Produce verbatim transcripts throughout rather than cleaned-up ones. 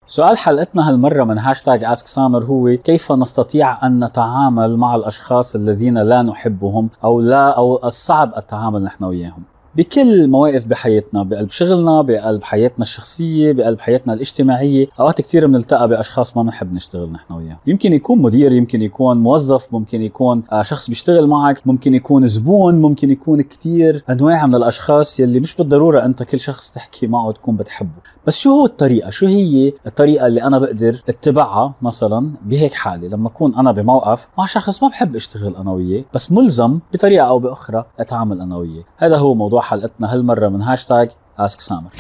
سؤال حلقتنا هالمرة من هاشتاج آسك سامر هو: كيف نستطيع أن نتعامل مع الأشخاص الذين لا نحبهم أو لا أو الصعب التعامل نحن وياهم بكل مواقف بحياتنا، بقلب شغلنا، بقلب حياتنا الشخصية، بقلب حياتنا الاجتماعية. أوقات كثير بنلتقى بأشخاص ما بنحب نشتغل نحن وياهم. يمكن يكون مدير، يمكن يكون موظف، ممكن يكون شخص بيشتغل معك، ممكن يكون زبون، ممكن يكون كثير أنواع من الأشخاص يلي مش بالضرورة أنت كل شخص تحكي معه تكون بتحبه. بس شو هو الطريقة؟ شو هي الطريقة اللي أنا بقدر اتبعها مثلا بهيك حالة لما أكون أنا بموقف مع شخص ما بحب اشتغل أنا وياه بس ملزم بطريقة أو بأخرى أتعامل أنا وياه؟ هذا هو موضوع حلقتنا هالمرة من هاشتاج آسك سامر.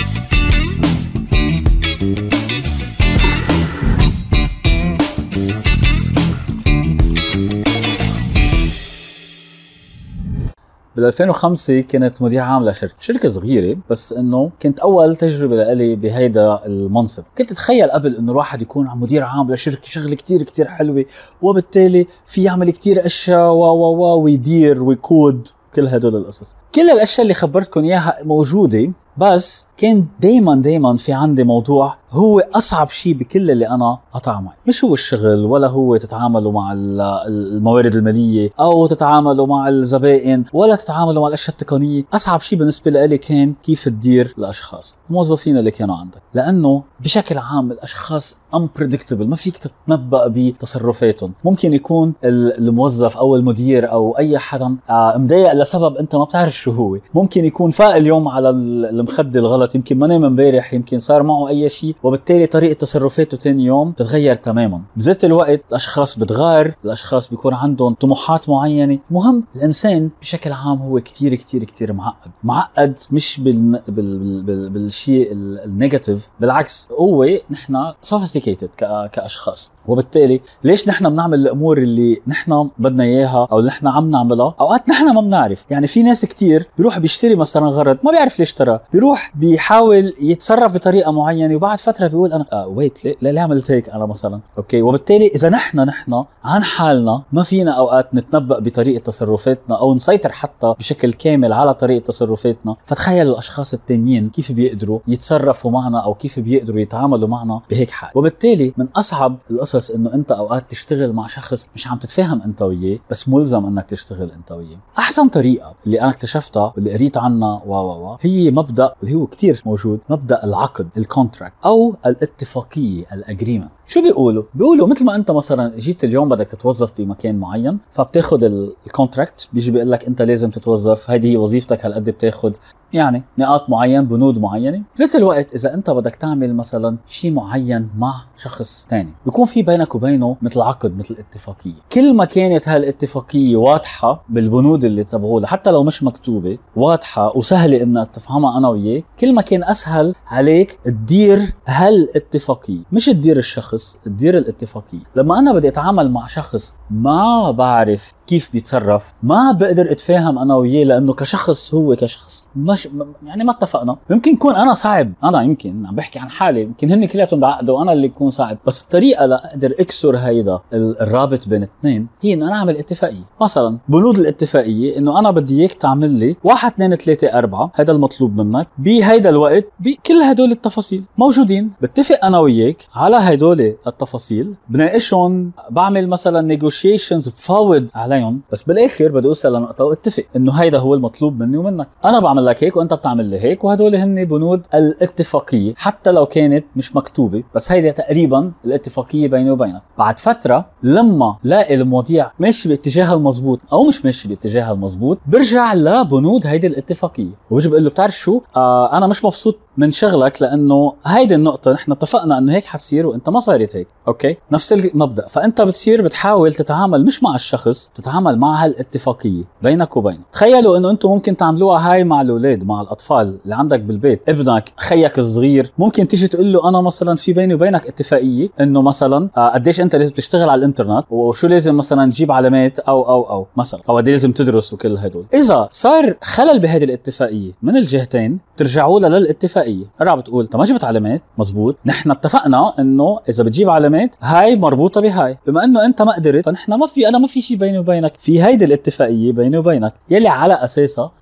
بال ألفين وخمسة كنت مدير عام لشركة شركة صغيرة، بس انه كنت اول تجربة لإلي بهيدا المنصب. كنت اتخيل قبل انه الواحد يكون عم مدير عام لشركة شغلة كتير كتير حلوة، وبالتالي في يعمل كتير اشياء و و و ويدير ويكود كل هدول القصص. كل الاشياء اللي خبرتكم اياها موجودة، بس كان دايما دايما في عندي موضوع هو أصعب شيء بكل اللي أنا قطع معي. مش هو الشغل، ولا هو تتعاملوا مع الموارد المالية أو تتعاملوا مع الزبائن، ولا تتعاملوا مع الأشياء التقنية. أصعب شيء بالنسبة لي كان كيف تدير الأشخاص الموظفين اللي كانوا عندك، لأنه بشكل عام الأشخاص unpredictable، ما فيك تتنبأ بتصرفاتهم. ممكن يكون الموظف أو المدير أو أي حدا مضايق لسبب أنت ما بتعرف شو هو. ممكن يكون فاق اليوم على المخدة الغلط، يمكن ما نام امبارح، يمكن صار معه أي شيء، وبالتالي طريقة تصرفاته تاني يوم تتغير تماما. بذات الوقت الأشخاص بتغار، الأشخاص بيكون عندهم طموحات معينة. مهم الإنسان بشكل عام هو كتير كتير كتير معقد. معقد مش بال... بال... بال... بالشيء النيجاتيف، بالعكس هو نحن sophisticated ك... كأشخاص. وبالتالي ليش نحن بنعمل الأمور اللي نحن بدنا إياها أو اللي نحن عم نعملها؟ أوقات نحن ما بنعرف. يعني في ناس كتير بيروح بيشتري مثلا غرض ما بيعرف ليش اشترى، بيروح بيحاول يتصرف بطريقة معينة، وبعد فترة بيقول أنا آه ويت ليه ليه عملت هيك أنا مثلا. أوكي، وبالتالي إذا نحن نحن عن حالنا ما فينا أوقات نتنبأ بطريقة تصرفاتنا أو نسيطر حتى بشكل كامل على طريقة تصرفاتنا، فتخيلوا الأشخاص التانيين كيف بيقدروا يتصرفوا معنا أو كيف بيقدروا يتعاملوا معنا بهيك حال. وبالتالي من أصعب القصص إنه أنت أوقات تشتغل مع شخص مش عم تتفاهم أنت وياه، بس ملزم إنك تشتغل أنت وياه. أحسن طريقة اللي أنا اكتشفتها واللي قريت عنها و و و هي مبدأ اللي هو كتير موجود، مبدأ العقد، الكونتراكت أو الاتفاقية، الأجريمنت. شو بيقولوا؟ بيقولوا مثل ما أنت مثلا جيت اليوم بدك تتوظف في مكان معين، فبتاخد الكونتراكت، بيجي بيقول لك أنت لازم تتوظف، هذه هي وظيفتك، هالقد بتاخد يعني نقاط معين، بنود معينة. ذات الوقت إذا أنت بدك تعمل مثلا شيء معين مع شخص تاني، بيكون في بينك وبينه مثل عقد، مثل اتفاقية. كل ما كانت هالاتفاقية واضحة بالبنود اللي تبعولها، حتى لو مش مكتوبة، واضحة وسهلة إنك تفهمها أنا وياك، كل ما كان أسهل عليك تدير هالاتفاقية. مش تدير الشخص، تدير الاتفاقية. لما أنا بدي أتعامل مع شخص ما بعرف كيف بيتصرف، ما بقدر أتفاهم أنا وياه، لأنه كشخص هو كشخص مش يعني ما اتفقنا. يمكن يكون انا صعب، انا يمكن عم بحكي عن حالي، يمكن هن كلياتهم بعقدوا وانا اللي يكون صعب، بس الطريقه لاقدر اكسر هيدا الرابط بين الاثنين هي ان انا اعمل اتفاقيه. مثلا بنود الاتفاقيه انه انا بدي اياك تعمل لي واحد اثنين ثلاثة أربعة، هذا المطلوب منك بهيدا الوقت، بكل هدول التفاصيل موجودين. بتفق انا وياك على هدول التفاصيل، بناقشهم، بعمل مثلا نيغوشيشنز، بفاوض عليهم، بس بالاخر بدي اوصل لنقطه واتفق انه هيدا هو المطلوب مني ومنك. انا بعمل لك هيك وانت بتعمل لي هيك، وهدول هن بنود الاتفاقيه حتى لو كانت مش مكتوبه، بس هيدا تقريبا الاتفاقيه بيني وبينك. بعد فتره لما لاقي المواضيع ماشي باتجاهها المضبوط او مش ماشي باتجاهها المضبوط، برجع لبنود هيدي الاتفاقيه وبجي بقول له بتعرف شو، آه انا مش مبسوط من شغلك لانه هيدي النقطه نحن اتفقنا انه هيك حتصير وانت ما صارت هيك. اوكي، نفس المبدا. فانت بتصير بتحاول تتعامل مش مع الشخص، تتعامل مع هالاتفاقيه بينك وبينه. تخيلوا انه انتم ممكن تعملوها هاي مع الاولاد، مع الاطفال اللي عندك بالبيت، ابنك، خيك الصغير، ممكن تيجي تقول له انا مثلا في بيني وبينك اتفاقيه انه مثلا آه قديش انت لازم تشتغل على الانترنت، وشو لازم مثلا تجيب علامات او او او مثلا، او قد لازم تدرس وكل هدول. اذا صار خلل بهذه الاتفاقيه من الجهتين، ترجعوا لها للاتفاقيه. رجع بتقول انت ما جبت علامات مزبوط، نحن اتفقنا انه اذا بتجيب علامات هاي مربوطه بهاي، بما انه انت ما قدرت، فنحن ما في، انا ما في شيء بيني وبينك في هيدي الاتفاقيه بيني وبينك يلي على اساسها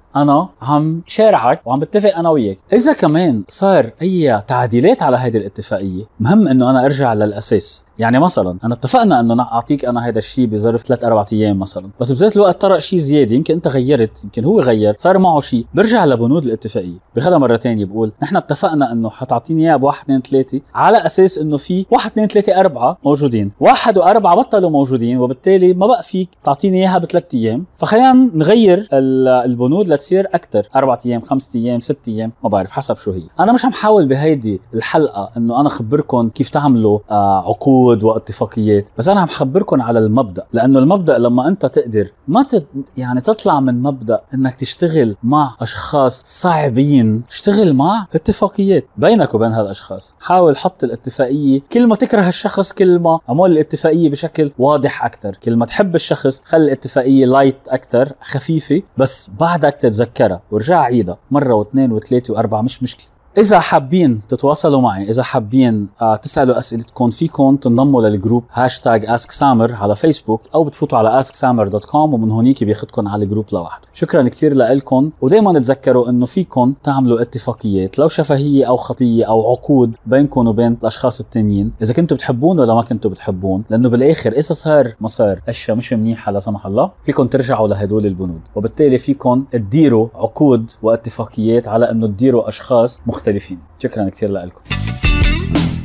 انا عم شارعك وعم بتفق انا وياك. اذا كمان صار اي تعديلات على هذه الاتفاقيه، مهم انه انا ارجع للاساس. يعني مثلا انا اتفقنا انه اعطيك انا هذا الشيء بظرف ثلاث اربع ايام مثلا، بس بذات الوقت طرق شيء زياده، يمكن انت غيرت، يمكن هو غير، صار معه شيء، برجع لبنود الاتفاقيه، بخلها مره ثانيه بقول نحن اتفقنا انه حتعطيني اياه بواحد اثنين ثلاثه، على اساس انه في واحد اثنين ثلاثه اربعه موجودين، واحد واربعه بطلوا موجودين، وبالتالي ما بقى فيك تعطيني اياها بثلاث ايام، فخلينا نغير البنود لتصير اكثر، اربع ايام، خمس ايام، ست ايام، ما بعرف حسب شو هي. انا مش عم حاول بهيدي الحلقه انه انا اخبركم كيف تعملوا آه عقود واتفاقيات، بس انا عم خبركم على المبدأ، لانه المبدأ لما انت تقدر ما تت يعني تطلع من مبدأ انك تشتغل مع اشخاص صعبين، اشتغل مع اتفاقيات بينك وبين هالاشخاص. حاول حط الاتفاقية، كل ما تكره الشخص كل ما عمل الاتفاقية بشكل واضح اكثر، كل ما تحب الشخص خلي الاتفاقية لايت اكثر، خفيفة، بس بعدك تتذكرها وارجع عيدها مرة واثنين وثلاثة واربعة، مش مشكلة. إذا حابين تتواصلوا معي، إذا حابين آه تسألوا أسئلتكم، فيكم تنضموا للجروب هاشتاج آسك سامر على فيسبوك، أو بتفوتوا على آسك سامر دوت كوم ومن هونيك بياخدكم على الجروب لوحده. شكرا كثير لكم، ودايما تذكروا إنه فيكم تعملوا اتفاقيات لو شفهية أو خطية أو عقود بينكم وبين الأشخاص التانيين، إذا كنتوا بتحبون ولا ما كنتوا بتحبون، لأنه بالآخر إذا صار مسار أشياء مش منيحة لا سمح الله، فيكم ترجعوا لهدول البنود، وبالتالي فيكم تديروا عقود واتفاقيات على إنه تديروا أشخاص مختلفين. شكرا كثير لكم.